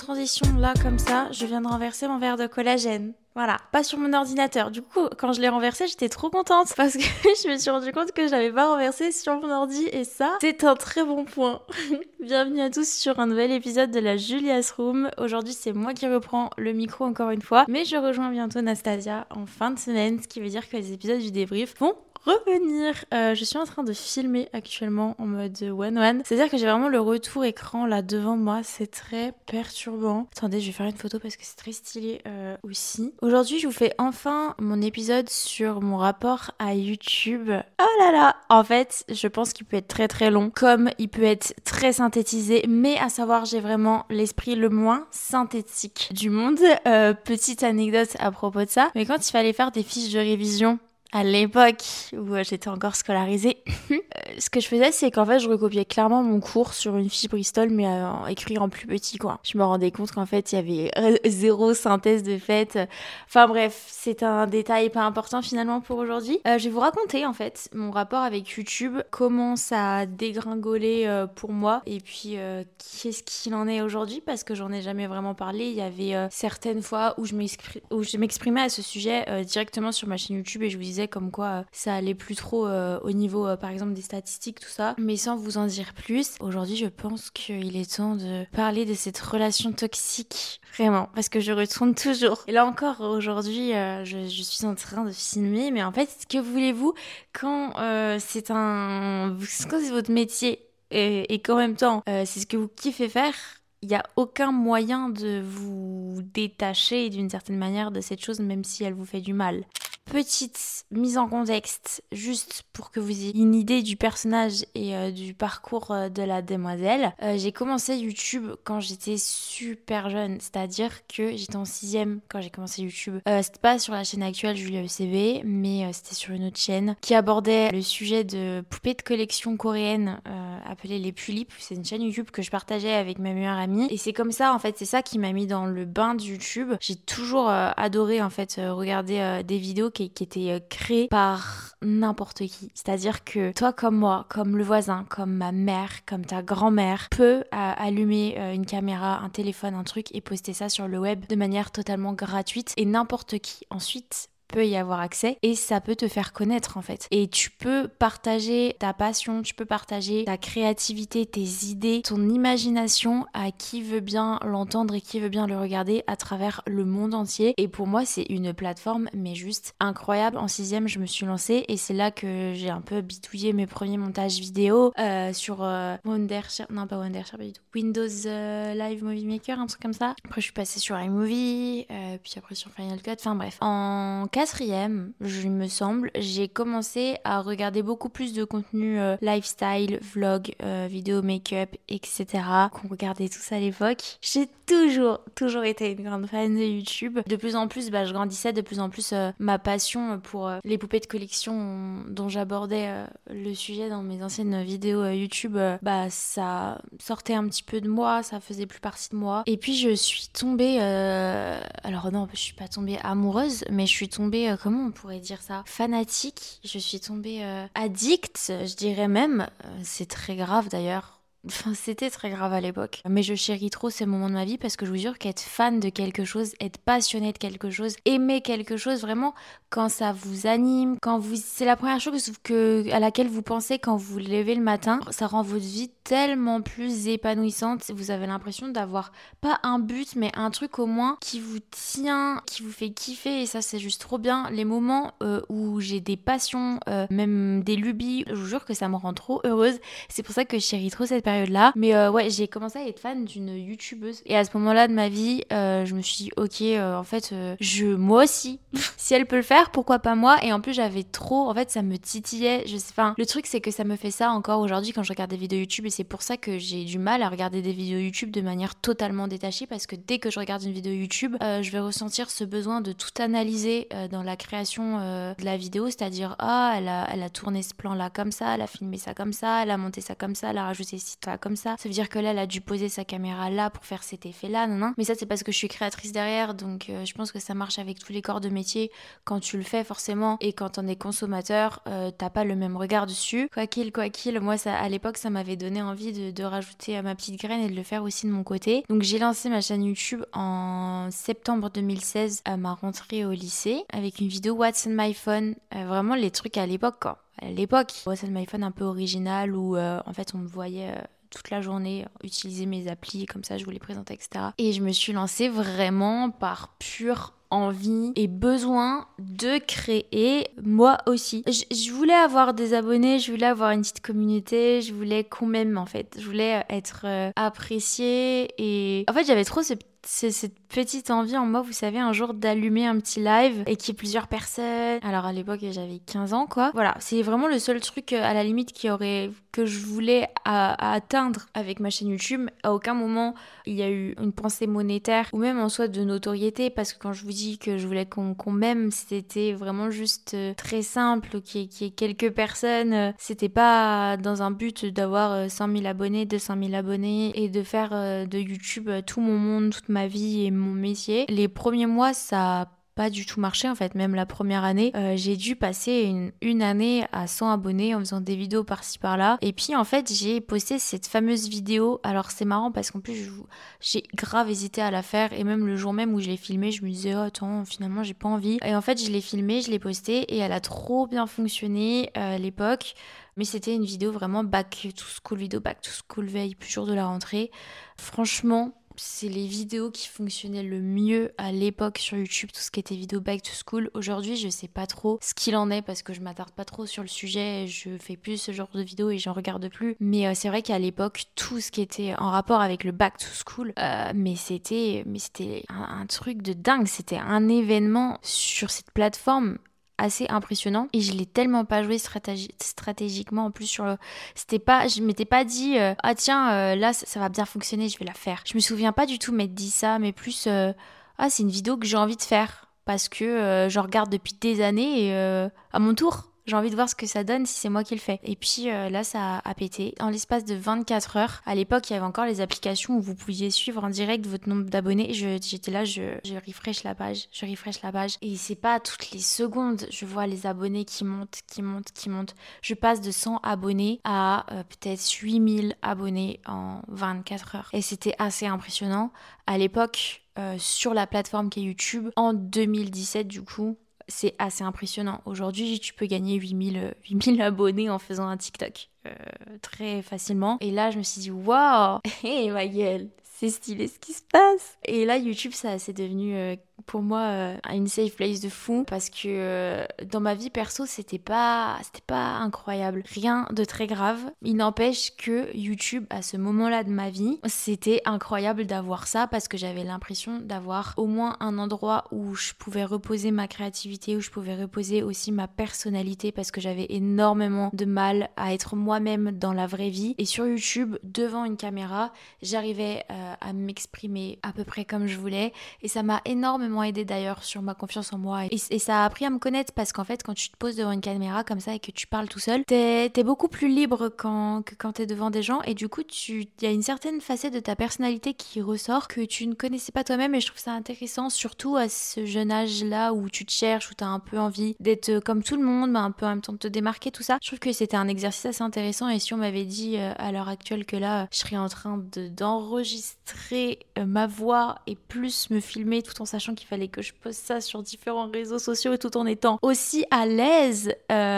transition là comme ça, je viens de renverser mon verre de collagène. Voilà, pas sur mon ordinateur. Du coup, quand je l'ai renversé, j'étais trop contente parce que je me suis rendu compte que je l'avais pas renversé sur mon ordi et ça, c'est un très bon point. Bienvenue à tous sur un nouvel épisode de la Julia's Room. Aujourd'hui, c'est moi qui reprends le micro encore une fois, mais je rejoins bientôt Nastasia en fin de semaine, ce qui veut dire que les épisodes du débrief vont revenir. Je suis en train de filmer actuellement en mode one-one. C'est-à-dire que j'ai vraiment le retour écran là devant moi. C'est très perturbant. Attendez, je vais faire une photo parce que c'est très stylé aussi. Aujourd'hui, je vous fais enfin mon épisode sur mon rapport à YouTube. Oh là là! En fait, je pense qu'il peut être très très long, comme il peut être très synthétisé, mais à savoir, j'ai vraiment l'esprit le moins synthétique du monde. Petite anecdote à propos de ça. Mais quand il fallait faire des fiches de révision, à l'époque où j'étais encore scolarisée, ce que je faisais, c'est qu'en fait, je recopiais clairement mon cours sur une fiche Bristol, mais écrit en plus petit, quoi. Je me rendais compte qu'en fait, il y avait zéro synthèse de fait. Enfin bref, c'est un détail pas important finalement pour aujourd'hui. Je vais vous raconter, en fait, mon rapport avec YouTube, comment ça a dégringolé pour moi, et puis qu'est-ce qu'il en est aujourd'hui, parce que j'en ai jamais vraiment parlé. Il y avait certaines fois où je m'exprimais à ce sujet directement sur ma chaîne YouTube et je vous disais comme quoi ça allait plus trop au niveau par exemple des statistiques, tout ça, mais sans vous en dire plus. Aujourd'hui, je pense qu'il est temps de parler de cette relation toxique, vraiment, parce que je retourne toujours. Et là encore, aujourd'hui, je suis en train de filmer, mais en fait, que voulez-vous quand quand c'est votre métier et qu'en même temps, c'est ce que vous kiffez faire, il n'y a aucun moyen de vous détacher d'une certaine manière de cette chose, même si elle vous fait du mal. Petite mise en contexte, juste pour que vous ayez une idée du personnage et du parcours de la demoiselle. J'ai commencé YouTube quand j'étais super jeune, c'est-à-dire que j'étais en 6ème quand j'ai commencé YouTube. C'était pas sur la chaîne actuelle Julia ECV, mais c'était sur une autre chaîne qui abordait le sujet de poupées de collection coréennes appelées les Pulip. C'est une chaîne YouTube que je partageais avec ma meilleure amie. Et c'est comme ça, en fait, c'est ça qui m'a mis dans le bain de YouTube. J'ai toujours adoré, en fait, regarder des vidéos qui étaient créées par n'importe qui. C'est-à-dire que toi comme moi, comme le voisin, comme ma mère, comme ta grand-mère, peut allumer une caméra, un téléphone, un truc et poster ça sur le web de manière totalement gratuite. Et n'importe qui, ensuite, peut y avoir accès et ça peut te faire connaître en fait. Et tu peux partager ta passion, tu peux partager ta créativité, tes idées, ton imagination à qui veut bien l'entendre et qui veut bien le regarder à travers le monde entier. Et pour moi, c'est une plateforme mais juste incroyable. En 6ème, je me suis lancée et c'est là que j'ai un peu bidouillé mes premiers montages vidéo sur Wondershare, non pas Wondershare, pas du tout, Windows Live Movie Maker, un truc comme ça. Après, je suis passée sur iMovie, puis après sur Final Cut, enfin bref. En 4ème, je me semble, j'ai commencé à regarder beaucoup plus de contenu lifestyle, vlog, vidéo make-up, etc. qu'on regardait tous à l'époque. J'ai toujours été une grande fan de YouTube. De plus en plus, je grandissais de plus en plus ma passion pour les poupées de collection dont j'abordais le sujet dans mes anciennes vidéos YouTube. Ça sortait un petit peu de moi, ça faisait plus partie de moi. Et puis je suis tombée, alors non, je suis pas tombée amoureuse, mais je suis tombée, comment on pourrait dire ça, fanatique. Je suis tombée addict, je dirais même. C'est très grave d'ailleurs. Enfin, c'était très grave à l'époque. Mais je chéris trop ces moments de ma vie parce que je vous jure qu'être fan de quelque chose, être passionné de quelque chose, aimer quelque chose, vraiment, quand ça vous anime, c'est la première chose à laquelle vous pensez quand vous vous levez le matin, ça rend votre vie tellement plus épanouissante. Vous avez l'impression d'avoir pas un but, mais un truc au moins qui vous tient, qui vous fait kiffer et ça, c'est juste trop bien. Les moments où j'ai des passions, même des lubies, je vous jure que ça me rend trop heureuse. C'est pour ça que je chéris trop cette période-là. Mais ouais, j'ai commencé à être fan d'une youtubeuse. Et à ce moment-là de ma vie, je me suis dit, ok, en fait, moi aussi, si elle peut le faire, pourquoi pas moi? Et en plus, j'avais trop, en fait, ça me titillait. Enfin, le truc, c'est que ça me fait ça encore aujourd'hui quand je regarde des vidéos YouTube. Et c'est pour ça que j'ai du mal à regarder des vidéos YouTube de manière totalement détachée. Parce que dès que je regarde une vidéo YouTube, je vais ressentir ce besoin de tout analyser dans la création de la vidéo. C'est-à-dire, elle a tourné ce plan-là comme ça, elle a filmé ça comme ça, elle a monté ça comme ça, elle a rajouté ci pas comme ça. Ça veut dire que là, elle a dû poser sa caméra là pour faire cet effet-là, non. Mais ça, c'est parce que je suis créatrice derrière, donc je pense que ça marche avec tous les corps de métier. Quand tu le fais, forcément, et quand t'en es consommateur, t'as pas le même regard dessus. Quoi qu'il, moi, ça, à l'époque, ça m'avait donné envie de rajouter ma petite graine et de le faire aussi de mon côté. Donc, j'ai lancé ma chaîne YouTube en septembre 2016 à ma rentrée au lycée avec une vidéo What's on my phone. Vraiment les trucs à l'époque, quoi. À l'époque, What's on my phone un peu original où en fait on me voyait toute la journée utiliser mes applis, comme ça je vous les présentais, etc. Et je me suis lancée vraiment par pure envie et besoin de créer moi aussi. Je voulais avoir des abonnés, je voulais avoir une petite communauté, je voulais qu'on m'aime en fait. Je voulais être appréciée et en fait j'avais trop cette petite envie en moi, vous savez, un jour d'allumer un petit live et qu'il y ait plusieurs personnes. Alors à l'époque j'avais 15 ans quoi. Voilà, c'est vraiment le seul truc à la limite que je voulais à atteindre avec ma chaîne YouTube. À aucun moment il y a eu une pensée monétaire ou même en soi de notoriété, parce que quand je vous dis que je voulais qu'on m'aime, c'était vraiment juste très simple, qu'il y ait quelques personnes. C'était pas dans un but d'avoir 100 000 abonnés, 200 000 abonnés et de faire de YouTube tout mon monde, toute ma vie et mon métier. Les premiers mois, ça a pas du tout marché en fait. Même la première année, j'ai dû passer une année à 100 abonnés en faisant des vidéos par-ci par-là. Et puis en fait, j'ai posté cette fameuse vidéo. Alors c'est marrant parce qu'en plus, j'ai grave hésité à la faire. Et même le jour même où je l'ai filmée, je me disais, oh attends, finalement, j'ai pas envie. Et en fait, je l'ai filmée, je l'ai postée et elle a trop bien fonctionné à l'époque. Mais c'était une vidéo vraiment back to school, back to school, veille, plus jour de la rentrée. Franchement, c'est les vidéos qui fonctionnaient le mieux à l'époque sur YouTube, tout ce qui était vidéo back to school. Aujourd'hui, je sais pas trop ce qu'il en est parce que je m'attarde pas trop sur le sujet, je fais plus ce genre de vidéos et j'en regarde plus. Mais c'est vrai qu'à l'époque, tout ce qui était en rapport avec le back to school, mais c'était un truc de dingue, c'était un événement sur cette plateforme assez impressionnant et je l'ai tellement pas joué stratégiquement en plus je m'étais pas dit ah tiens là ça va bien fonctionner, je vais la faire. Je me souviens pas du tout m'être dit ça, mais plus ah c'est une vidéo que j'ai envie de faire parce que j'en regarde depuis des années et à mon tour j'ai envie de voir ce que ça donne si c'est moi qui le fais. Et puis là, ça a pété. En l'espace de 24 heures, à l'époque, il y avait encore les applications où vous pouviez suivre en direct votre nombre d'abonnés. J'étais là, je refresh la page, Et c'est pas toutes les secondes, je vois les abonnés qui montent. Je passe de 100 abonnés à peut-être 8000 abonnés en 24 heures. Et c'était assez impressionnant. À l'époque, sur la plateforme qui est YouTube, en 2017 du coup, c'est assez impressionnant. Aujourd'hui, tu peux gagner 8000 abonnés en faisant un TikTok très facilement. Et là, je me suis dit, waouh, hé ma gueule, c'est stylé ce qui se passe. Et là, YouTube, ça c'est devenu pour moi une safe place de fou parce que dans ma vie perso, c'était pas incroyable. Rien de très grave. Il n'empêche que YouTube, à ce moment-là de ma vie, c'était incroyable d'avoir ça parce que j'avais l'impression d'avoir au moins un endroit où je pouvais reposer ma créativité, où je pouvais reposer aussi ma personnalité parce que j'avais énormément de mal à être moi-même dans la vraie vie. Et sur YouTube, devant une caméra, j'arrivais à m'exprimer à peu près comme je voulais et ça m'a énormément aidé d'ailleurs sur ma confiance en moi et ça a appris à me connaître parce qu'en fait quand tu te poses devant une caméra comme ça et que tu parles tout seul, t'es beaucoup plus libre que quand t'es devant des gens et du coup il y a une certaine facette de ta personnalité qui ressort que tu ne connaissais pas toi-même et je trouve ça intéressant surtout à ce jeune âge là où tu te cherches, où t'as un peu envie d'être comme tout le monde mais un peu en même temps de te démarquer, tout ça. Je trouve que c'était un exercice assez intéressant et si on m'avait dit à l'heure actuelle que là je serais en train d'enregistrer ma voix et plus me filmer tout en sachant qu'il fallait que je poste ça sur différents réseaux sociaux et tout en étant aussi à l'aise,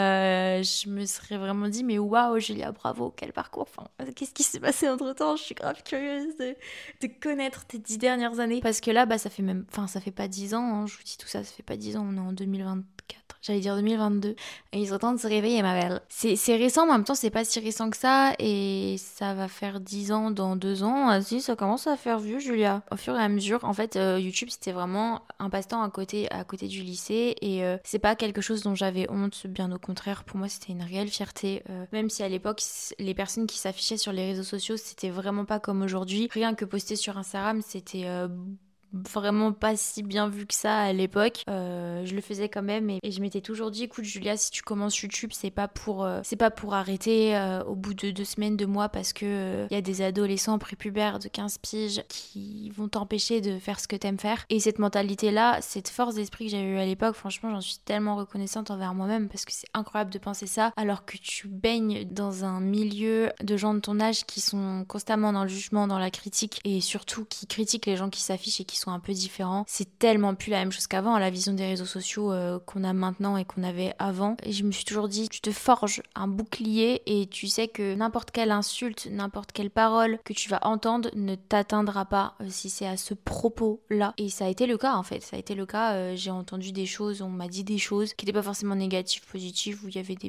je me serais vraiment dit mais waouh Julia, bravo, quel parcours, enfin, qu'est-ce qui s'est passé entre temps, je suis grave curieuse de connaître tes 10 dernières années parce que là ça fait pas 10 ans, hein, je vous dis tout ça, ça fait pas 10 ans, on est en 2024. J'allais dire 2022. Et il serait temps de se réveiller, ma belle. C'est récent, mais en même temps, c'est pas si récent que ça. Et ça va faire 10 ans dans 2 ans. Ah, si, ça commence à faire vieux, Julia. Au fur et à mesure, en fait, YouTube, c'était vraiment un passe-temps à côté du lycée. Et c'est pas quelque chose dont j'avais honte. Bien au contraire, pour moi, c'était une réelle fierté. Même si à l'époque, les personnes qui s'affichaient sur les réseaux sociaux, c'était vraiment pas comme aujourd'hui. Rien que poster sur Instagram, c'était vraiment pas si bien vu que ça à l'époque. Je le faisais quand même et je m'étais toujours dit, écoute Julia, si tu commences YouTube, c'est pas pour arrêter au bout de 2 semaines, 2 mois, parce que y a des adolescents prépubères de 15 piges qui vont t'empêcher de faire ce que t'aimes faire. Et cette mentalité-là, cette force d'esprit que j'avais eue à l'époque, franchement, j'en suis tellement reconnaissante envers moi-même parce que c'est incroyable de penser ça alors que tu baignes dans un milieu de gens de ton âge qui sont constamment dans le jugement, dans la critique et surtout qui critiquent les gens qui s'affichent et qui sont un peu différents. C'est tellement plus la même chose qu'avant, la vision des réseaux sociaux qu'on a maintenant et qu'on avait avant. Et je me suis toujours dit, tu te forges un bouclier et tu sais que n'importe quelle insulte, n'importe quelle parole que tu vas entendre ne t'atteindra pas si c'est à ce propos-là. Et ça a été le cas en fait, ça a été le cas. J'ai entendu des choses, on m'a dit des choses qui n'étaient pas forcément négatives, positives, où il y avait des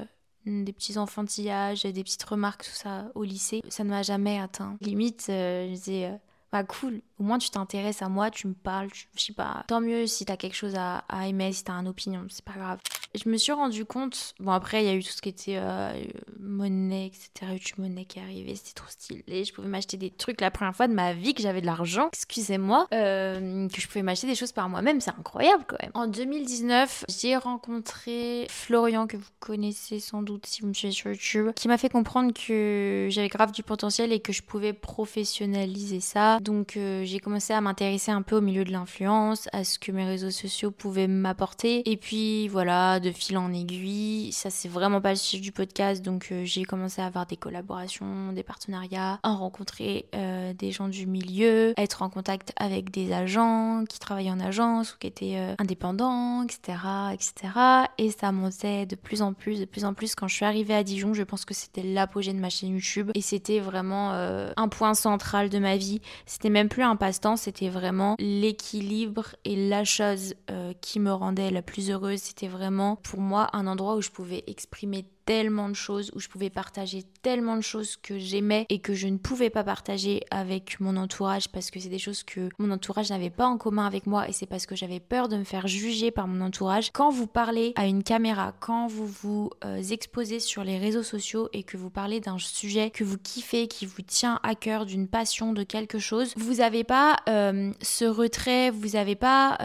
petits enfantillages, des petites remarques, tout ça au lycée. Ça ne m'a jamais atteint. Limite, je disais, bah cool, au moins tu t'intéresses à moi, tu me parles, je sais pas. Tant mieux si t'as quelque chose à aimer, si t'as une opinion, c'est pas grave. Je me suis rendu compte, bon après il y a eu tout ce qui était monnaie, etc. YouTube Monnaie qui est arrivé, c'était trop stylé. Je pouvais m'acheter des trucs la première fois de ma vie que j'avais de l'argent, excusez-moi, que je pouvais m'acheter des choses par moi-même, c'est incroyable quand même. En 2019, j'ai rencontré Florian, que vous connaissez sans doute si vous me suivez sur YouTube, qui m'a fait comprendre que j'avais grave du potentiel et que je pouvais professionnaliser ça. Donc j'ai commencé à m'intéresser un peu au milieu de l'influence, à ce que mes réseaux sociaux pouvaient m'apporter. Et puis voilà, de fil en aiguille, ça c'est vraiment pas le sujet du podcast, donc j'ai commencé à avoir des collaborations, des partenariats, à rencontrer des gens du milieu, à être en contact avec des agents qui travaillaient en agence ou qui étaient indépendants, etc., etc. Et ça montait de plus en plus. Quand je suis arrivée à Dijon, je pense que c'était l'apogée de ma chaîne YouTube et c'était vraiment un point central de ma vie. C'était même plus un passe-temps, c'était vraiment l'équilibre et la chose qui me rendait la plus heureuse. C'était vraiment pour moi un endroit où je pouvais exprimer tellement de choses, où je pouvais partager tellement de choses que j'aimais et que je ne pouvais pas partager avec mon entourage parce que c'est des choses que mon entourage n'avait pas en commun avec moi et c'est parce que j'avais peur de me faire juger par mon entourage. Quand vous parlez à une caméra, quand vous vous exposez sur les réseaux sociaux et que vous parlez d'un sujet que vous kiffez, qui vous tient à cœur, d'une passion, de quelque chose, vous n'avez pas ce retrait, vous n'avez pas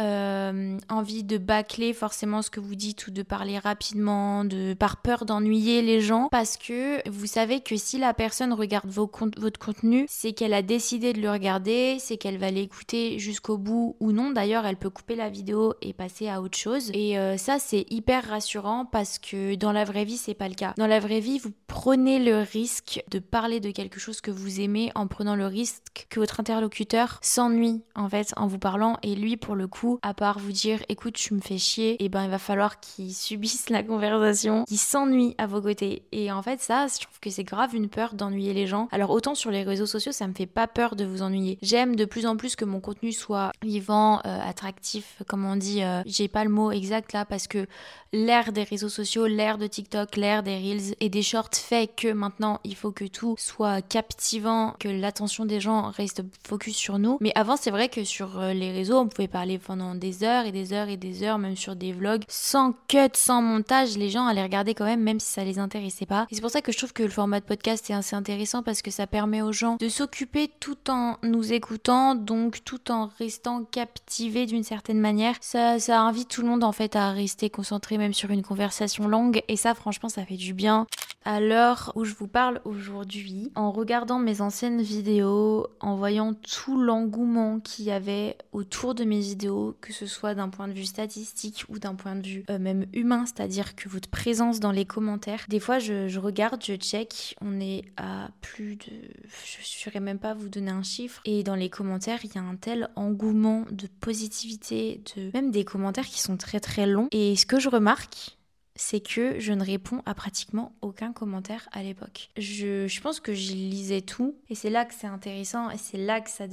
envie de bâcler forcément ce que vous dites ou de parler rapidement, par peur d'ennuyer les gens, parce que vous savez que si la personne regarde votre contenu, c'est qu'elle a décidé de le regarder, c'est qu'elle va l'écouter jusqu'au bout ou non. D'ailleurs, elle peut couper la vidéo et passer à autre chose. Et ça, c'est hyper rassurant parce que dans la vraie vie, c'est pas le cas. Dans la vraie vie, vous prenez le risque de parler de quelque chose que vous aimez en prenant le risque que votre interlocuteur s'ennuie en fait en vous parlant, et lui pour le coup, à part vous dire écoute tu me fais chier, et ben il va falloir qu'il subisse la conversation, qu'il s'ennuie à vos côtés. Et en fait ça, je trouve que c'est grave une peur d'ennuyer les gens. Alors autant sur les réseaux sociaux ça me fait pas peur de vous ennuyer, j'aime de plus en plus que mon contenu soit vivant, attractif, comme on dit, j'ai pas le mot exact là parce que l'ère des réseaux sociaux, l'ère de TikTok, l'ère des Reels et des Shorts fait que maintenant il faut que tout soit captivant, que l'attention des gens reste focus sur nous. Mais avant c'est vrai que sur les réseaux on pouvait parler pendant des heures et des heures et des heures, même sur des vlogs, sans cut, sans montage, les gens allaient regarder quand même si ça les intéressait pas. Et c'est pour ça que je trouve que le format de podcast est assez intéressant parce que ça permet aux gens de s'occuper tout en nous écoutant, donc tout en restant captivés d'une certaine manière. Ça invite tout le monde en fait à rester concentré même sur une conversation longue, et ça franchement ça fait du bien. À l'heure où je vous parle aujourd'hui, en regardant mes anciennes vidéos, en voyant tout l'engouement qu'il y avait autour de mes vidéos, que ce soit d'un point de vue statistique ou d'un point de vue même humain, c'est-à-dire que votre présence dans les commentaires, des fois je regarde, je check, on est à plus de... je ne saurais même pas vous donner un chiffre, et dans les commentaires il y a un tel engouement de positivité, même des commentaires qui sont très très longs, et ce que je remarque, c'est que je ne réponds à pratiquement aucun commentaire à l'époque. Je pense que je lisais tout, et c'est là que c'est intéressant, et c'est là que ça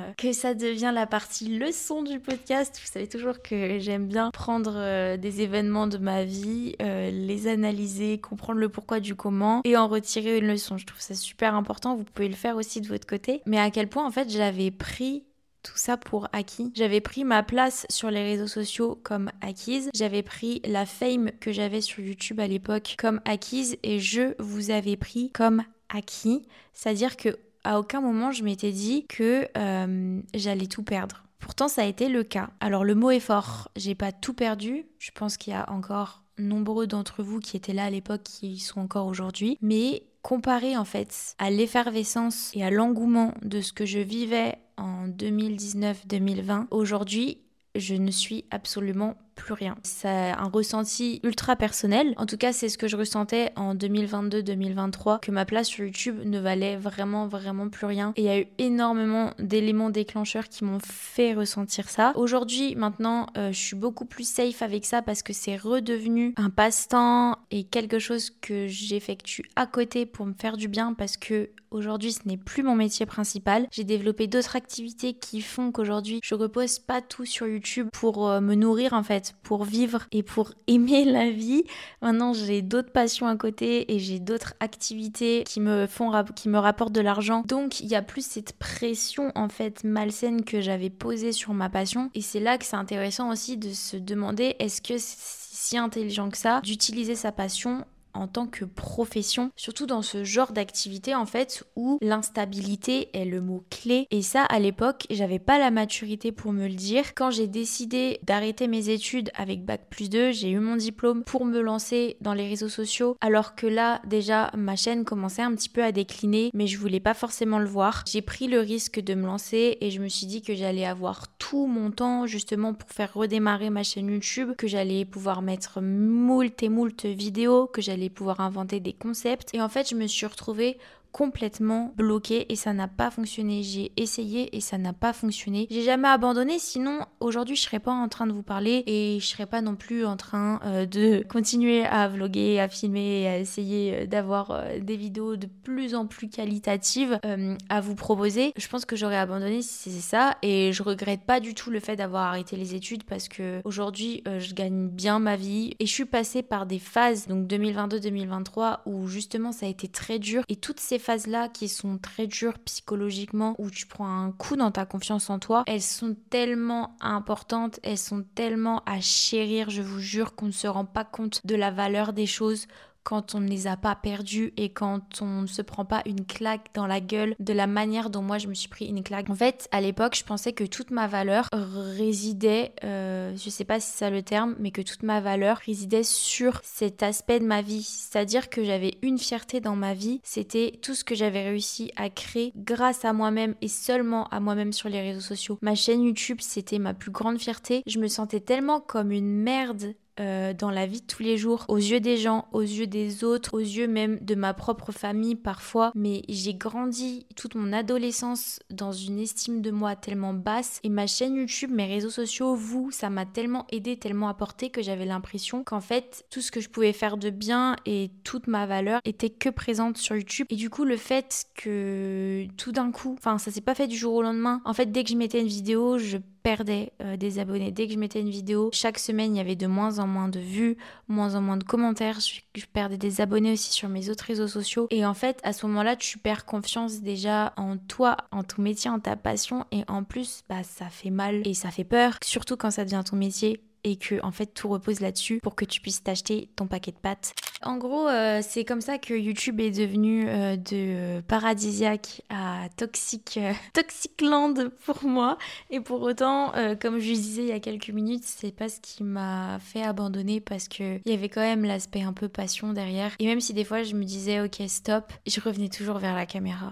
devient la partie leçon du podcast. Vous savez toujours que j'aime bien prendre des événements de ma vie, les analyser, comprendre le pourquoi du comment, et en retirer une leçon. Je trouve ça super important, vous pouvez le faire aussi de votre côté, mais à quel point en fait j'avais pris tout ça pour acquis. J'avais pris ma place sur les réseaux sociaux comme acquise. J'avais pris la fame que j'avais sur YouTube à l'époque comme acquise, et je vous avais pris comme acquis. C'est-à-dire que à aucun moment je m'étais dit que j'allais tout perdre. Pourtant, ça a été le cas. Alors le mot est fort, j'ai pas tout perdu. Je pense qu'il y a encore nombreux d'entre vous qui étaient là à l'époque qui y sont encore aujourd'hui. Mais comparé en fait à l'effervescence et à l'engouement de ce que je vivais en 2019-2020, aujourd'hui, je ne suis absolument plus rien. C'est un ressenti ultra personnel. En tout cas, c'est ce que je ressentais en 2022-2023, que ma place sur YouTube ne valait vraiment plus rien. Et il y a eu énormément d'éléments déclencheurs qui m'ont fait ressentir ça. Aujourd'hui, maintenant, je suis beaucoup plus safe avec ça parce que c'est redevenu un passe-temps et quelque chose que j'effectue à côté pour me faire du bien parce que aujourd'hui, ce n'est plus mon métier principal. J'ai développé d'autres activités qui font qu'aujourd'hui, je repose pas tout sur YouTube pour me nourrir en fait, pour vivre et pour aimer la vie. Maintenant, j'ai d'autres passions à côté et j'ai d'autres activités qui me rapportent de l'argent. Donc, il y a plus cette pression en fait malsaine que j'avais posée sur ma passion. Et c'est là que c'est intéressant aussi de se demander est-ce que c'est si intelligent que ça d'utiliser sa passion en tant que profession, surtout dans ce genre d'activité en fait où l'instabilité est le mot clé. Et ça, à l'époque, j'avais pas la maturité pour me le dire. Quand j'ai décidé d'arrêter mes études avec Bac+2, j'ai eu mon diplôme pour me lancer dans les réseaux sociaux, alors que là, déjà, ma chaîne commençait un petit peu à décliner, mais je voulais pas forcément le voir. J'ai pris le risque de me lancer et je me suis dit que j'allais avoir tout mon temps justement pour faire redémarrer ma chaîne YouTube, que j'allais pouvoir mettre moult et moult vidéos, que j'allais pouvoir inventer des concepts. Et en fait, je me suis retrouvée complètement bloquée et ça n'a pas fonctionné. J'ai essayé et ça n'a pas fonctionné. J'ai jamais abandonné, sinon aujourd'hui je serais pas en train de vous parler et je serais pas non plus en train de continuer à vlogger, à filmer et à essayer d'avoir des vidéos de plus en plus qualitatives à vous proposer. Je pense que j'aurais abandonné si c'est ça et je regrette pas du tout le fait d'avoir arrêté les études parce que aujourd'hui je gagne bien ma vie et je suis passée par des phases, donc 2022-2023 où justement ça a été très dur et toutes ces phases-là qui sont très dures psychologiquement, où tu prends un coup dans ta confiance en toi, elles sont tellement importantes, elles sont tellement à chérir, je vous jure qu'on ne se rend pas compte de la valeur des choses quand on ne les a pas perdus et quand on ne se prend pas une claque dans la gueule de la manière dont moi je me suis pris une claque. En fait, à l'époque, je pensais que toute ma valeur résidait, je sais pas si c'est ça le terme, mais que toute ma valeur résidait sur cet aspect de ma vie. C'est-à-dire que j'avais une fierté dans ma vie, c'était tout ce que j'avais réussi à créer grâce à moi-même et seulement à moi-même sur les réseaux sociaux. Ma chaîne YouTube, c'était ma plus grande fierté. Je me sentais tellement comme une merde dans la vie de tous les jours, aux yeux des gens, aux yeux des autres, aux yeux même de ma propre famille parfois, mais j'ai grandi toute mon adolescence dans une estime de moi tellement basse et ma chaîne YouTube, mes réseaux sociaux, ça m'a tellement aidé, tellement apporté que j'avais l'impression qu'en fait tout ce que je pouvais faire de bien et toute ma valeur était que présente sur YouTube. Et du coup le fait que tout d'un coup, enfin ça s'est pas fait du jour au lendemain, en fait dès que je mettais une vidéo, je perdais des abonnés. Dès que je mettais une vidéo, chaque semaine, il y avait de moins en moins de vues, moins en moins de commentaires. Je perdais des abonnés aussi sur mes autres réseaux sociaux. Et en fait, à ce moment-là, tu perds confiance déjà en toi, en ton métier, en ta passion. Et en plus, ça fait mal et ça fait peur, surtout quand ça devient ton métier et que en fait tout repose là-dessus pour que tu puisses t'acheter ton paquet de pâtes. En gros, c'est comme ça que YouTube est devenu de paradisiaque à toxic land pour moi. Et pour autant, comme je disais il y a quelques minutes, c'est pas ce qui m'a fait abandonner parce que il y avait quand même l'aspect un peu passion derrière. Et même si des fois je me disais ok stop, je revenais toujours vers la caméra.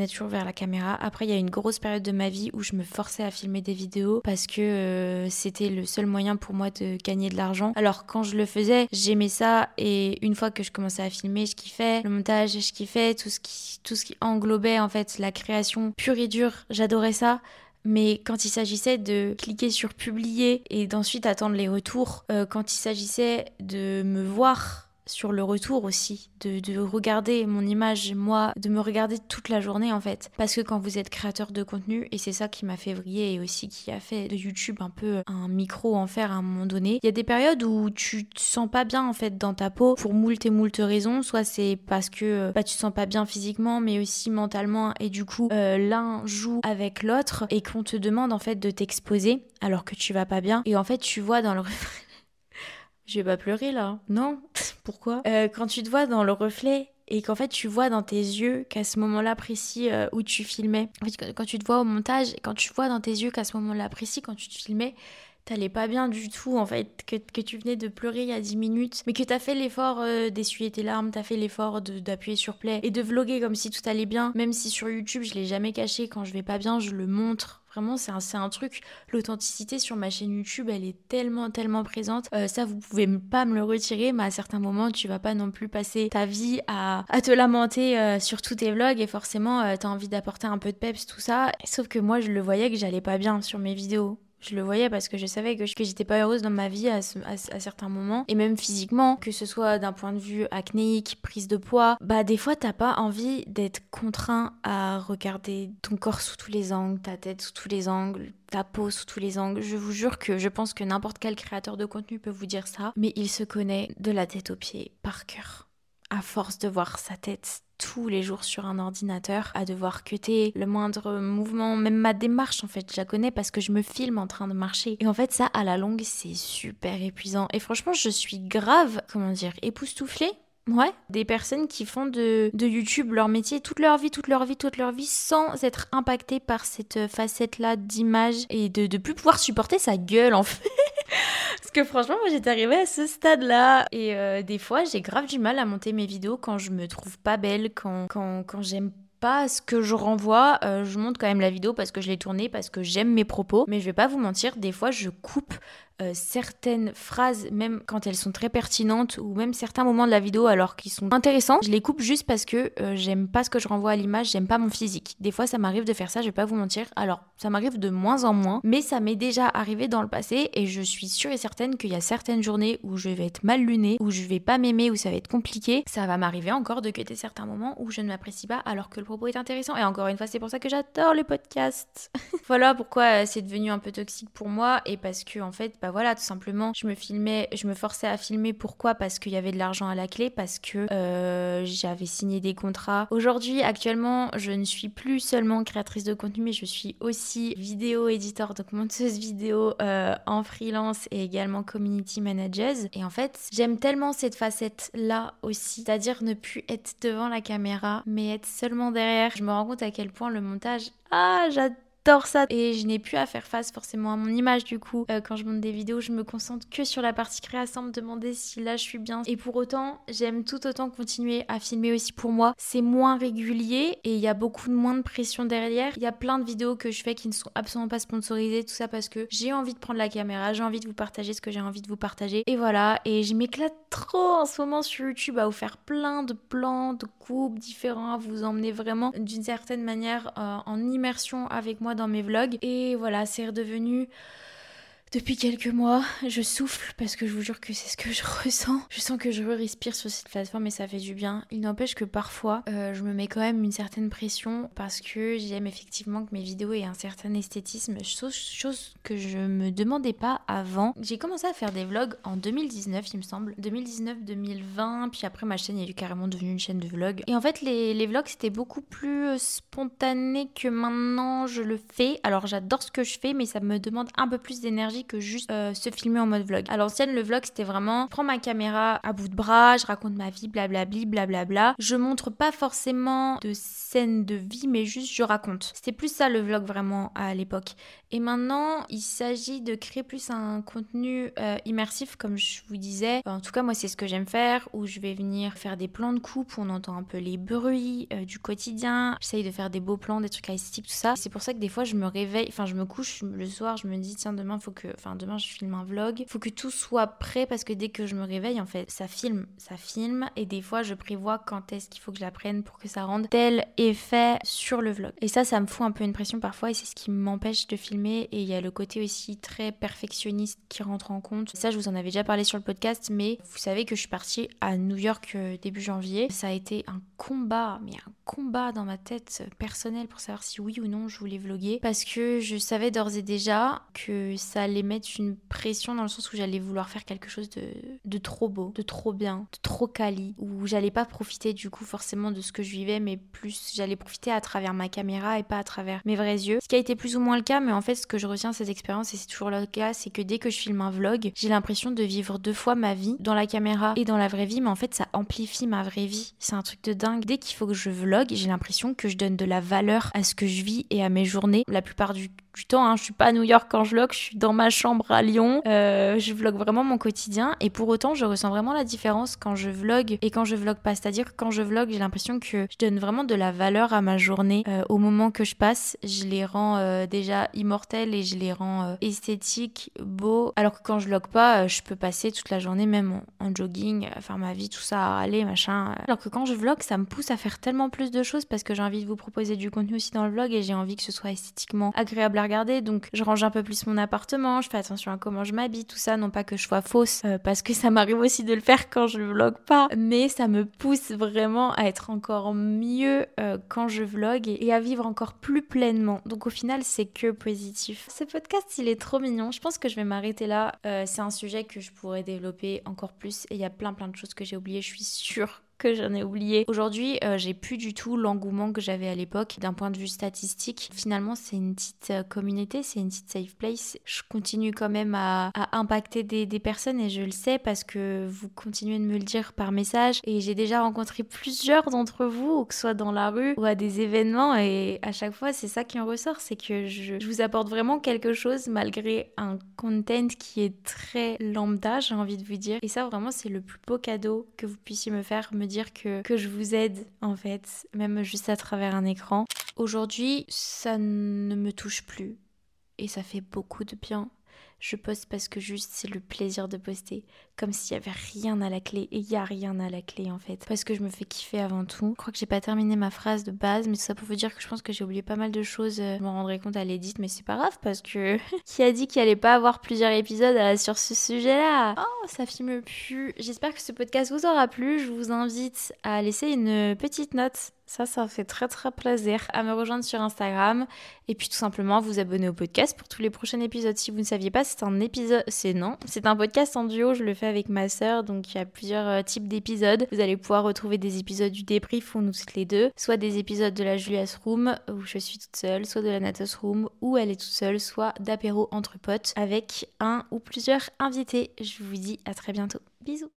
Après, il y a une grosse période de ma vie où je me forçais à filmer des vidéos parce que c'était le seul moyen pour moi de gagner de l'argent. Alors quand je le faisais, j'aimais ça et une fois que je commençais à filmer, je kiffais le montage, je kiffais tout ce qui englobait en fait la création pure et dure, j'adorais ça. Mais quand il s'agissait de cliquer sur publier et d'ensuite attendre les retours, quand il s'agissait de me voir sur le retour aussi, de regarder mon image, moi, de me regarder toute la journée en fait. Parce que quand vous êtes créateur de contenu, et c'est ça qui m'a fait vriller et aussi qui a fait de YouTube un peu un micro-enfer à un moment donné, il y a des périodes où tu te sens pas bien en fait dans ta peau pour moult et moult raisons. Soit c'est parce que tu te sens pas bien physiquement mais aussi mentalement et du coup l'un joue avec l'autre et qu'on te demande en fait de t'exposer alors que tu vas pas bien. Et en fait tu vois dans le... Je vais pas pleurer là. Non. Pourquoi quand tu te vois dans le reflet et qu'en fait tu vois dans tes yeux qu'à ce moment-là précis où tu filmais, en fait quand tu te vois au montage, quand tu vois dans tes yeux qu'à ce moment-là précis quand tu te filmais, t'allais pas bien du tout en fait, que tu venais de pleurer il y a 10 minutes, mais que t'as fait l'effort d'essuyer tes larmes, t'as fait l'effort d'appuyer sur play et de vlogger comme si tout allait bien, même si sur YouTube je l'ai jamais caché, quand je vais pas bien je le montre. Vraiment, c'est un truc, l'authenticité sur ma chaîne YouTube, elle est tellement, tellement présente. Ça, vous pouvez pas me le retirer, mais à certains moments, tu vas pas non plus passer ta vie à te lamenter sur tous tes vlogs et forcément, t'as envie d'apporter un peu de peps, tout ça. Sauf que moi, je le voyais que j'allais pas bien sur mes vidéos. Je le voyais parce que je savais que j'étais pas heureuse dans ma vie à certains moments. Et même physiquement, que ce soit d'un point de vue acnéique, prise de poids, bah des fois t'as pas envie d'être contraint à regarder ton corps sous tous les angles, ta tête sous tous les angles, ta peau sous tous les angles. Je vous jure que je pense que n'importe quel créateur de contenu peut vous dire ça. Mais il se connaît de la tête aux pieds par cœur. À force de voir sa tête tous les jours sur un ordinateur, à devoir cutter le moindre mouvement, même ma démarche en fait, je la connais parce que je me filme en train de marcher. Et en fait ça, à la longue, c'est super épuisant. Et franchement, je suis grave, comment dire, époustouflée. Ouais, des personnes qui font de YouTube leur métier toute leur vie sans être impactées par cette facette-là d'image et de plus pouvoir supporter sa gueule en fait. Parce que franchement, moi j'étais arrivée à ce stade-là et des fois j'ai grave du mal à monter mes vidéos quand je me trouve pas belle, quand j'aime pas ce que je renvoie. Je monte quand même la vidéo parce que je l'ai tournée, parce que j'aime mes propos, mais je vais pas vous mentir, des fois je coupe certaines phrases, même quand elles sont très pertinentes, ou même certains moments de la vidéo alors qu'ils sont intéressants, je les coupe juste parce que j'aime pas ce que je renvoie à l'image, j'aime pas mon physique. Des fois ça m'arrive de faire ça, je vais pas vous mentir. Alors ça m'arrive de moins en moins, mais ça m'est déjà arrivé dans le passé et je suis sûre et certaine qu'il y a certaines journées où je vais être mal lunée, où je vais pas m'aimer, où ça va être compliqué. Ça va m'arriver encore de cuter certains moments où je ne m'apprécie pas alors que le propos est intéressant. Et encore une fois, c'est pour ça que j'adore le podcast. Voilà pourquoi c'est devenu un peu toxique pour moi, et parce que en fait, bah voilà, tout simplement, je me forçais à filmer. Pourquoi ? Parce qu'il y avait de l'argent à la clé, parce que j'avais signé des contrats. Aujourd'hui, actuellement, je ne suis plus seulement créatrice de contenu, mais je suis aussi vidéo éditeur, donc monteuse vidéo en freelance et également community manager. Et en fait, j'aime tellement cette facette-là aussi, c'est-à-dire ne plus être devant la caméra, mais être seulement derrière. Je me rends compte à quel point le montage, j'adore ça, et je n'ai plus à faire face forcément à mon image du coup. Quand je monte des vidéos, je me concentre que sur la partie créa sans me demander si là je suis bien, et pour autant j'aime tout autant continuer à filmer aussi pour moi. C'est moins régulier et il y a beaucoup moins de pression derrière. Il y a plein de vidéos que je fais qui ne sont absolument pas sponsorisées, tout ça parce que j'ai envie de prendre la caméra, j'ai envie de vous partager ce que j'ai envie de vous partager, et voilà. Et je m'éclate trop en ce moment sur YouTube à vous faire plein de plans, de coupes différents, à vous emmener vraiment d'une certaine manière en immersion avec moi dans mes vlogs. Et voilà, c'est redevenu... Depuis quelques mois, je souffle parce que je vous jure que c'est ce que je ressens. Je sens que je respire sur cette plateforme et ça fait du bien. Il n'empêche que parfois, je me mets quand même une certaine pression parce que j'aime effectivement que mes vidéos aient un certain esthétisme, chose que je me demandais pas avant. J'ai commencé à faire des vlogs en 2019, il me semble. 2019-2020, puis après ma chaîne est carrément devenue une chaîne de vlogs. Et en fait, les vlogs, c'était beaucoup plus spontané que maintenant je le fais. Alors j'adore ce que je fais, mais ça me demande un peu plus d'énergie que juste se filmer en mode vlog. À l'ancienne, le vlog c'était vraiment je prends ma caméra à bout de bras, je raconte ma vie, blablabli, blablabla. Je montre pas forcément de scènes de vie, mais juste je raconte. C'était plus ça le vlog vraiment à l'époque. Et maintenant, il s'agit de créer plus un contenu immersif, comme je vous disais. En tout cas, moi c'est ce que j'aime faire, où je vais venir faire des plans de coupe où on entend un peu les bruits du quotidien. J'essaye de faire des beaux plans, des trucs esthétiques, tout ça. C'est pour ça que des fois je me réveille, enfin je me couche le soir, je me dis tiens demain demain je filme un vlog, faut que tout soit prêt parce que dès que je me réveille en fait ça filme, et des fois je prévois quand est-ce qu'il faut que je la prenne pour que ça rende tel effet sur le vlog. Et ça me fout un peu une pression parfois et c'est ce qui m'empêche de filmer. Et il y a le côté aussi très perfectionniste qui rentre en compte. Ça je vous en avais déjà parlé sur le podcast, mais vous savez que je suis partie à New York début janvier. Ça a été un combat dans ma tête personnelle pour savoir si oui ou non je voulais vlogger, parce que je savais d'ores et déjà que ça allait j'allais mettre une pression dans le sens où j'allais vouloir faire quelque chose de trop beau, de trop bien, de trop quali, où j'allais pas profiter du coup forcément de ce que je vivais, mais plus j'allais profiter à travers ma caméra et pas à travers mes vrais yeux. Ce qui a été plus ou moins le cas, mais en fait ce que je retiens de cette expérience, et c'est toujours le cas, c'est que dès que je filme un vlog, j'ai l'impression de vivre 2 fois ma vie dans la caméra et dans la vraie vie, mais en fait ça amplifie ma vraie vie. C'est un truc de dingue. Dès qu'il faut que je vlog, j'ai l'impression que je donne de la valeur à ce que je vis et à mes journées. La plupart du temps, je suis pas à New York quand je vlog, je suis dans ma chambre à Lyon. Je vlog vraiment mon quotidien et pour autant je ressens vraiment la différence quand je vlog et quand je vlog pas. C'est-à-dire que quand je vlog, j'ai l'impression que je donne vraiment de la valeur à ma journée, au moment que je passe. Je les rends déjà immortels et je les rends esthétiques, beaux. Alors que quand je vlog pas, je peux passer toute la journée même en jogging, à faire ma vie, tout ça, à râler, machin. Alors que quand je vlog, ça me pousse à faire tellement plus de choses parce que j'ai envie de vous proposer du contenu aussi dans le vlog et j'ai envie que ce soit esthétiquement agréable à regarder. Donc je range un peu plus mon appartement, je fais attention à comment je m'habille, tout ça. Non pas que je sois fausse, parce que ça m'arrive aussi de le faire quand je vlog pas, mais ça me pousse vraiment à être encore mieux quand je vlog et à vivre encore plus pleinement. Donc au final, c'est que positif. Ce podcast, il est trop mignon. Je pense que je vais m'arrêter là. C'est un sujet que je pourrais développer encore plus et il y a plein de choses que j'ai oubliées, je suis sûre que j'en ai oublié. Aujourd'hui, j'ai plus du tout l'engouement que j'avais à l'époque d'un point de vue statistique. Finalement, c'est une petite communauté, c'est une petite safe place. Je continue quand même à impacter des personnes et je le sais parce que vous continuez de me le dire par message et j'ai déjà rencontré plusieurs d'entre vous, que ce soit dans la rue ou à des événements et à chaque fois, c'est ça qui en ressort, c'est que je vous apporte vraiment quelque chose malgré un content qui est très lambda, j'ai envie de vous dire. Et ça, vraiment, c'est le plus beau cadeau que vous puissiez me faire, me dire que je vous aide en fait, même juste à travers un écran. Aujourd'hui, ça ne me touche plus et ça fait beaucoup de bien. Je poste parce que juste c'est le plaisir de poster, comme s'il y avait rien à la clé et il y a rien à la clé en fait, parce que je me fais kiffer avant tout. Je crois que j'ai pas terminé ma phrase de base, mais tout ça pour vous dire que je pense que j'ai oublié pas mal de choses. Je m'en rendrai compte à l'édit, mais c'est pas grave parce que qui a dit qu'il allait pas avoir plusieurs épisodes sur ce sujet-là? Oh, ça filme plus. J'espère que ce podcast vous aura plu. Je vous invite à laisser une petite note. Ça fait très plaisir, à me rejoindre sur Instagram et puis tout simplement vous abonner au podcast pour tous les prochains épisodes. Si vous ne saviez pas, c'est un podcast en duo, je le fais avec ma sœur, donc il y a plusieurs types d'épisodes. Vous allez pouvoir retrouver des épisodes du débrief où nous sommes les deux, soit des épisodes de la Julia's Room où je suis toute seule, soit de la Natos Room où elle est toute seule, soit d'apéro entre potes avec un ou plusieurs invités. Je vous dis à très bientôt. Bisous.